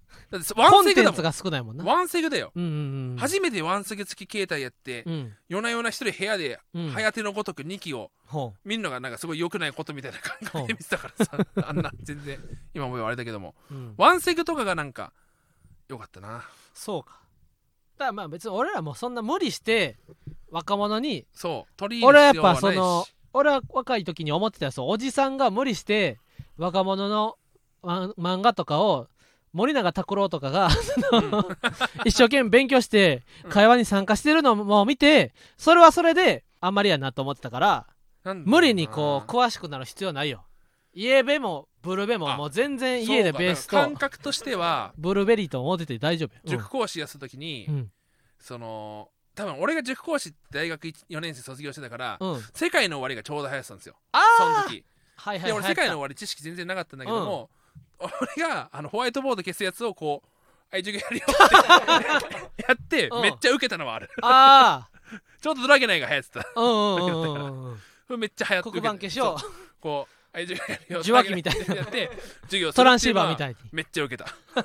だってワコンセグだもん。 ンテンツが少ないもんな。 ワンセグだよ、 うんうんうん、 初めてワンセグ付き携帯やって、 うん、 夜な夜な一人部屋でうん早手のごとくにきをほ見るのがなんかすごい良くないことみたいな感覚で見てたからさあんな全然今もあれだけども、 う、うん、 ワンセグとかがなんか良かったな。 そうか。だからまあ別に俺らもそんな無理して若者に、 そう取り入れる必要はないし。 俺はやっぱその俺は若い時に思ってたよ。そうおじさんが無理して若者のま漫画とかを森永卓郎とかが一生懸命勉強して会話に参加してるのも見て、それはそれであんまりやなと思ってたから、無理にこう詳しくなる必要ないよ。家ベもブルベももう全然家でベースと感覚としてはブルーベリーと思ってて大丈夫よ。 塾講師やす時に、うん、その多分俺が塾講師って大学よねん生卒業してたから、うん、世界の終わりがちょうど流行ってたんですよ。その時、はいはい、で俺世界の終わり知識全然なかったんだけども、うん、俺があのホワイトボード消すやつをこう「はい授業やるよ」ってやって、うん、めっちゃウケたのはある。あちょうどドラゲナイが流行ってた。めっちゃ流行って黒板消しをこうはい授業やるよ受話器みたいなやって授業トランシーバーみたいにめっちゃウケた。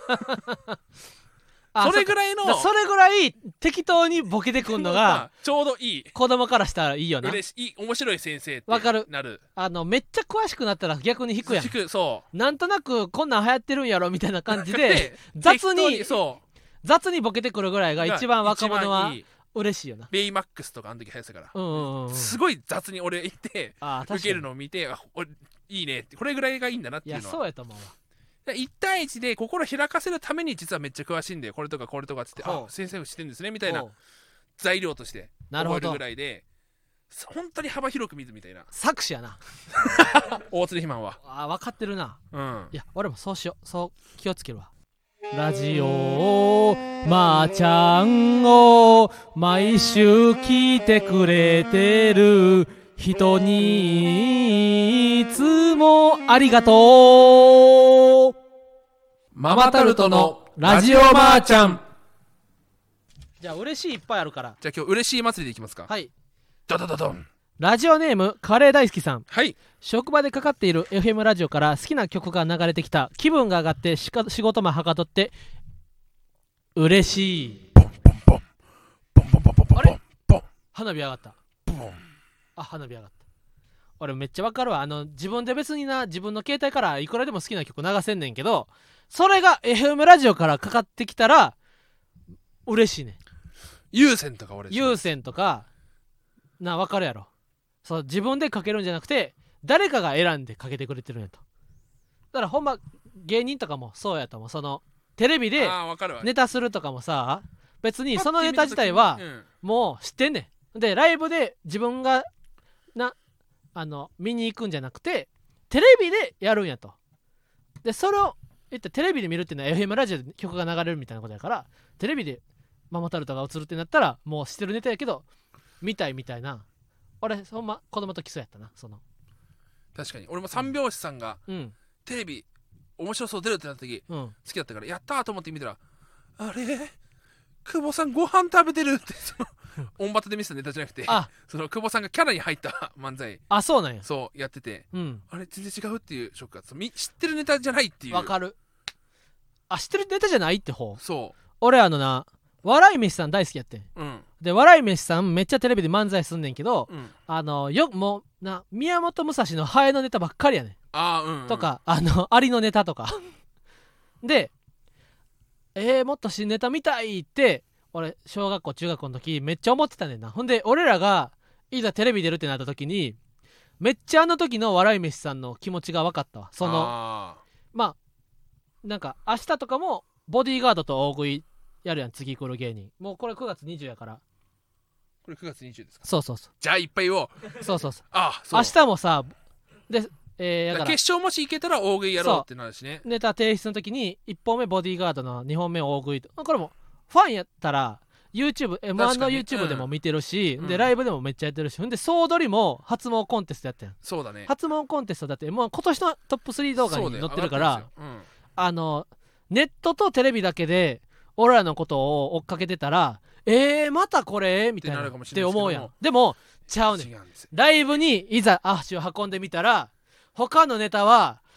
それぐらいのそれぐらい適当にボケてくんのがちょうどいい。 子供からしたらいいよな。 嬉しい、面白い先生ってわかる。 なる。 あのめっちゃ詳しくなったら逆に引くやん。 引く、そうなんとなくこんなん流行ってるんやろみたいな感じで雑にそう雑にボケてくるぐらいが一番若者は嬉しいよな。 ベイマックスとかあの時流行ってたから、 うんうんうん、 すごい雑に俺言って受けるのを見て、あ俺いいねって、これぐらいがいいんだなっていうのは。 いやそうやと思うわ。 いち対いちで心開かせるために実はめっちゃ詳しいんで、これとかこれとかっつって、あ先生も知ってるんですねみたいな材料として覚えるぐらいで、本当に幅広く見るみたいな作詞やな大鶴ひまんは。 あ分かってるな、 うん、 いや俺もそうしよう。そう気をつけるわ。ラジオまーちゃんを毎週聞いてくれてる人にいつもありがとう。 ママタルトのラジオまーちゃん。 じゃあ嬉しいいっぱいあるから、 じゃあ今日嬉しい祭りでいきますか。 はい。 ドドドドン。 ラジオネームカレー大好きさん。 はい。 職場でかかっている エフエム ラジオから好きな曲が流れてきた。気分が上がってしか仕事もはかどって嬉しい。 ポンポンポンポンポンポンポンポン。あれ花火上がった。 ポン。 あ花火上がった。俺めっちゃわかるわ。あの自分で別にな自分の携帯からいくらでも好きな曲流せんねんけど、それが エフエム ラジオからかかってきたら嬉しいね。 有線とか俺有線とかな、分かるやろ。そう自分でかけるんじゃなくて誰かが選んでかけてくれてるんやと。だからほんま芸人とかもそうやと思う。そのテレビでネタするとかもさ、別にそのネタ自体はもう知ってんねん。でライブで自分がなあの見に行くんじゃなくてテレビでやるんやと。でそれを言ってテレビで見るっていうのは エフエム ラジオで曲が流れるみたいなことやから、テレビでママタルトが映るってなったらもう知ってるネタやけど見たいみたいな。俺ほんま子供と来そうやったな。その確かに俺も三拍子さんが、 うん、 テレビ面白そう出るってなった時、うん、好きだったからやったーと思って見たら、あれ久保さんご飯食べてるってそのオンバトで見せたネタじゃなくて、あその久保さんがキャラに入った漫才、 あそうなんや、 そうやってて、 うん、 あれ全然違うっていうショックが、知ってるネタじゃないっていう。 わかる。あ知ってるネタじゃないって方。 そう俺あのな笑い飯さん大好きやってん、 うん、 で笑い飯さんめっちゃテレビで漫才すんねんけど、 うん、 あのよもうな宮本武蔵のハエのネタばっかりやねん。 あ、うんうん、 とかあのアリのネタとかでえー、もっと新ネタ見たいって俺小学校中学校の時めっちゃ思ってたねんな。ほんで俺らがいざテレビ出るってなった時にめっちゃあの時の笑い飯さんの気持ちが分かったわ。そのあまあなんか明日とかもボディーガードと大食いやるやん、次来る芸人。もうこれくがつにじゅうやから。 これくがつにじゅうですか。 そうそうそう。 じゃあいっぱい言おう。 そうそうそう。 あそう。 明日もさで、えー、だから決勝もし行けたら大食いやろうってなるしね。 ネタ提出の時にいっぽんめボディーガードのにほんめ大食いと、これもファンやったら YouTube、エムワン の YouTube でも見てるし、うん、でライブでもめっちゃやってるし、ほんで総取りも発毛コンテストやってん。 そうだね。 発毛コンテストだって エムワン 今年のトップスリー動画に載ってるから、 うん、 あのネットとテレビだけで俺らのことを追っかけてたらえーまたこれみたいなって思うやん。でもちゃうねん。ライブにいざ足を運んでみたら他のネタは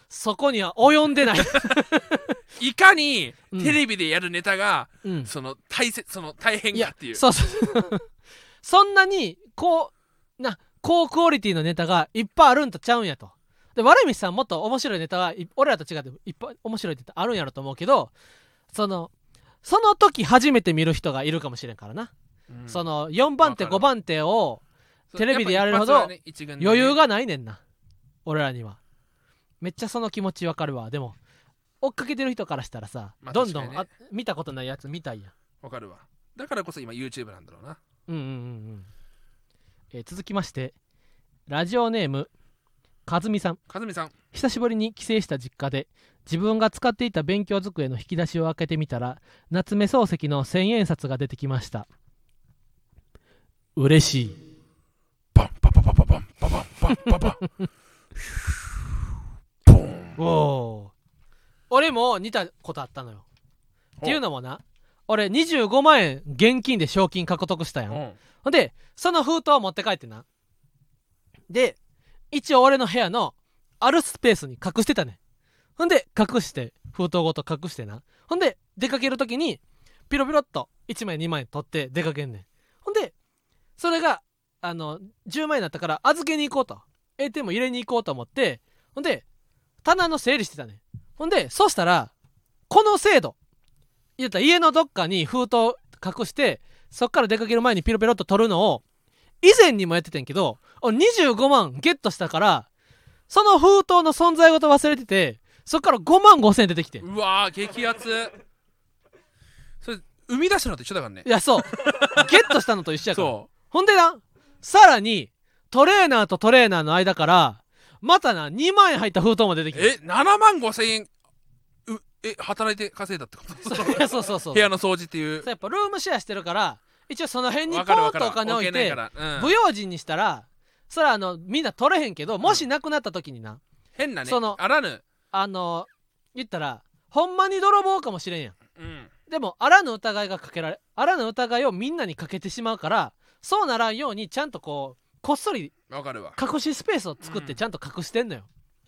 そこには及んでないいかにうんテレビでやるネタが、 うんその大切その大変いやかっていうそうそうそんなにこうな高クオリティのネタがいっぱいあるんとちゃうんやと。で悪い道さんもっと面白いネタはい俺らと違っていっぱい面白いネタあるんやろと思うけど、そのその時初めて見る人がいるかもしれんからな、 うんそのよんばん手わかるごばん手をそうテレビでやれるほどやっぱ一発はね一軍でね余裕がないねんな俺らには。めっちゃその気持ちわかるわ。でも追っかけてる人からしたらさ、 まあどんどん、 確かにあ見たことないやつ見たいやん。 わかるわ。だからこそ今 YouTube なんだろうな。 うんうんうんうんえー続きましてラジオネームかずみさん。 かずみさん。 久しぶりに帰省した実家で自分が使っていた勉強机の引き出しを開けてみたら夏目漱石の千円札が出てきました。嬉しい。 バンパパパパバンパパンパンパパンポン。 おお俺も似たことあったのよ。っていうのもな、俺にじゅうごまん円現金で賞金獲得したやん。 うんほんでその封筒を持って帰ってな、で一応俺の部屋のあるスペースに隠してたね。ほんで隠して封筒ごと隠してな、ほんで出かけるときにピロピロっといちまいにまい取って出かけんねん。ほんでそれがあのじゅうまん円だったから預けに行こうと エーティーエム 入れに行こうと思って、ほんで棚の整理してたね。ほんでそしたらこの制度言ったら家のどっかに封筒隠してそっから出かける前にピロピロっと取るのを以前にもやってたんやけど、にじゅうごまんゲットしたからその封筒の存在ごと忘れてて、そっからごまんごせん円出てきてん。 うわー激アツ。それ生み出したのと一緒だからね。 いやそうゲットしたのと一緒やからそほんでな、さらにトレーナーとトレーナーの間からまたなにまん円入った封筒も出てきう。 て、 えななまんごせんえんうえ働いて稼いだってことそういやそうそうそう部屋の掃除っていうそう。やっぱルームシェアしてるから一応その辺にポわかるわかるーンとお金置いて置けないからうん不用心にしたらそれはあのみんな取れへんけど、もしなくなった時にな、 変なねそのあらぬ。 あの言ったらほんまに泥棒かもしれんやん。 うんでもあらぬ疑いがかけられあらぬ疑いをみんなにかけてしまうから、そうならんようにちゃんとこうこっそりわかるわ。 隠しスペースを作っうんてちゃんと隠してんのよ、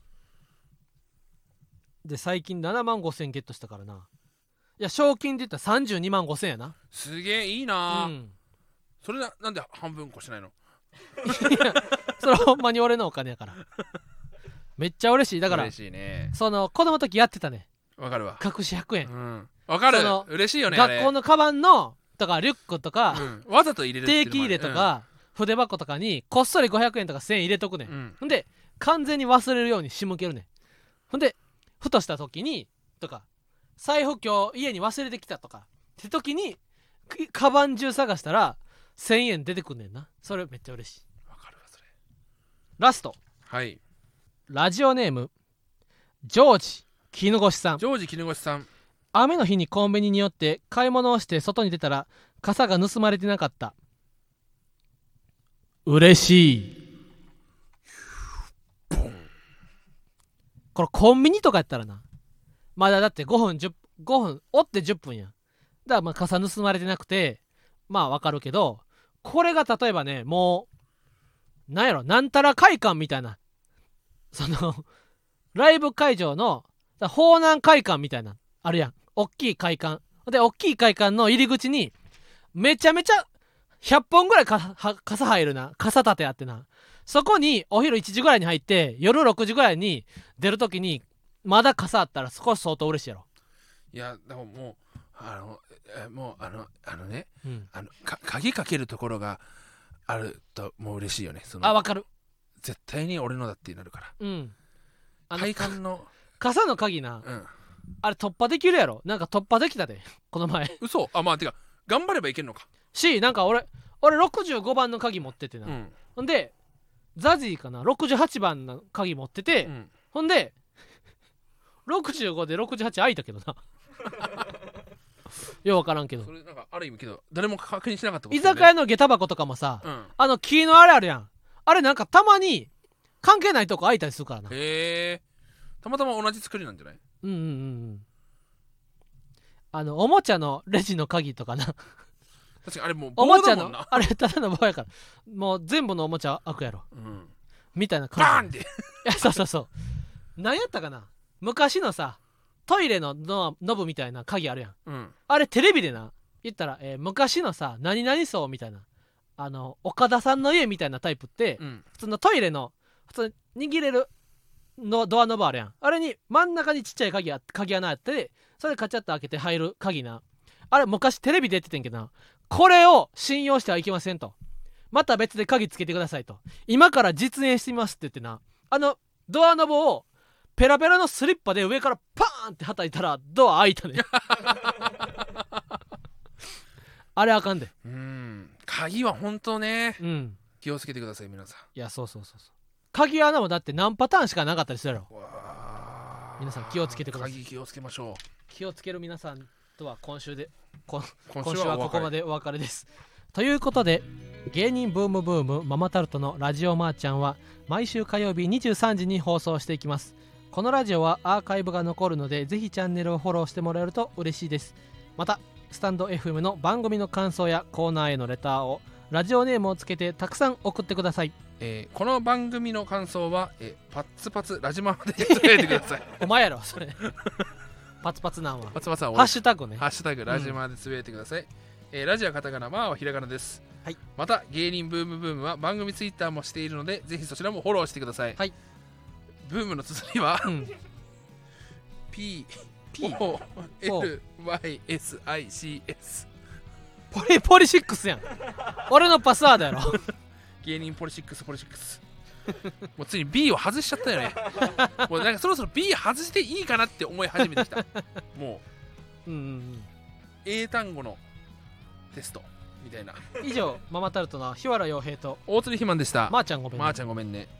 で最近ななまんごせんゲットしたからな。いや賞金で言ったらさんじゅうにまんごせんやな。 すげえいいうな、 んそれななんで半分こしないの。 いやそれはほんまに俺のお金やからめっちゃ嬉しい。だから嬉しいね。 その子供の時やってたね、 わかるわ。 隠しひゃくえん、 うんわかるその。 嬉しいよねあれ。 学校のカバンのとかリュックとか、 うんわざと入れるっていう定期入のもあるれとか、筆箱とかにこっそりごひゃくえんとかせんえん入れとくねん、 うんうんほんで完全に忘れるように仕向けるねん。ほんでふとした時にとか財布今日家に忘れてきたとかって時にくカバン中探したらせんえん出てくんねんな。それめっちゃ嬉しい。 わかるわそれ。 ラストはい。 ラジオネームジョージ絹越さん。 ジョージ絹越さん。 雨の日にコンビニに寄って買い物をして外に出たら傘が盗まれてなかった。嬉しい。これコンビニとかやったらなまだだってごふんじゅうごふんおってじゅっぷんやん。だからまあ傘盗まれてなくてまあわかるけど、これが例えばねもうなんやろなんたら会館みたいなそのライブ会場の方南会館みたいなあるやん、おっきい会館で、おっきい会館の入り口にめちゃめちゃひゃっぽんぐらいかは傘入るな、傘立てあってな、そこにお昼いちじぐらいに入って夜ろくじぐらいに出るときにまだ傘あったら少し相当嬉しいやろ。 いやでももうあのえもうあのあのねうんあのか鍵かけるところがあるともう嬉しいよね。そのあわかる。 絶対に俺のだってなるから。 うんあの快感の傘の鍵なうんあれ突破できるやろ。なんか突破できたでこの前嘘あまあてか頑張ればいけるのか。 しなんか俺俺ろくじゅうごばんの鍵持っててな、 うんほんでザジーかなろくじゅうはちばんの鍵持ってて、 うんほんでろくじゅうごでろくじゅうはち開いたけどなよう分からんけどそれなんかある意味けど誰も確認しなかったこと居酒屋の下駄箱とかもさ、 うんあの木のあれあるやん、あれなんかたまに関係ないとこ開いたりするからな。 へえたまたま同じ作りなんじゃない。 うんうんうんうんあのおもちゃのレジの鍵とかな確かにあれもうおもちゃの棒だもんな。 あれただの棒やからもう全部のおもちゃ開くやろうんみたいなバーン感じ。 っていやそうそうそう何やったかな、昔のさトイレのノブみたいな鍵あるやん、 うん、 あれテレビでな言ったら、えー昔のさ何々層みたいな、あの岡田さんの家みたいなタイプって、 うん、 普通のトイレの普通に握れるのドアノブあるやん、あれに真ん中にちっちゃい鍵あ鍵穴あって、それでカチャッと開けて入る鍵な、あれ昔テレビで出ててんけどな、これを信用してはいけませんと、また別で鍵つけてくださいと、今から実演してみますって言ってな、あのドアノブをペラペラのスリッパで上からパーンって叩いたらドア開いたねあれあかんで。 うん、鍵は本当ね、 うん、 気をつけてください皆さん。 いやそうそうそうそう、鍵穴もだって何パターンしかなかったりするやろ。 わ皆さん気をつけてください。 鍵気をつけましょう。 気をつける皆さんとは今週でこ今今週はここまでお別れです。ということで、芸人ブームブームママタルトのラジオマーちゃんは毎週火曜日にじゅうさんじに放送していきます。このラジオはアーカイブが残るので、ぜひチャンネルをフォローしてもらえると嬉しいです。またスタンド エフエム の番組の感想やコーナーへのレターをラジオネームをつけてたくさん送ってください。 えーこの番組の感想は、えーパッツパツラジマまでつぶやいてください。 お前やろそれパツパツなんはパツパツはハッシュタグね。 ハッシュタグラジマでつぶやいてください。えーラジオカタカナ、マーはひらがなです。 はい、 また芸人ブームブームは番組ツイッターもしているので、ぜひそちらもフォローしてください。 はい、 ブームの綴りは、 うん、 P P O L Y S I C S ポリポリシックスやん俺のパスワードやろ芸人ポリシックスポリシックスもうついに B を外しちゃったよねもうなんかそろそろ B 外していいかなって思い始めてきたもう、 うんうんうん、 英単語のテストみたいな。 以上ママタルトの日原洋平と大鶴ひまんでした。 まーちゃんごめんね。 まーちゃんごめんね。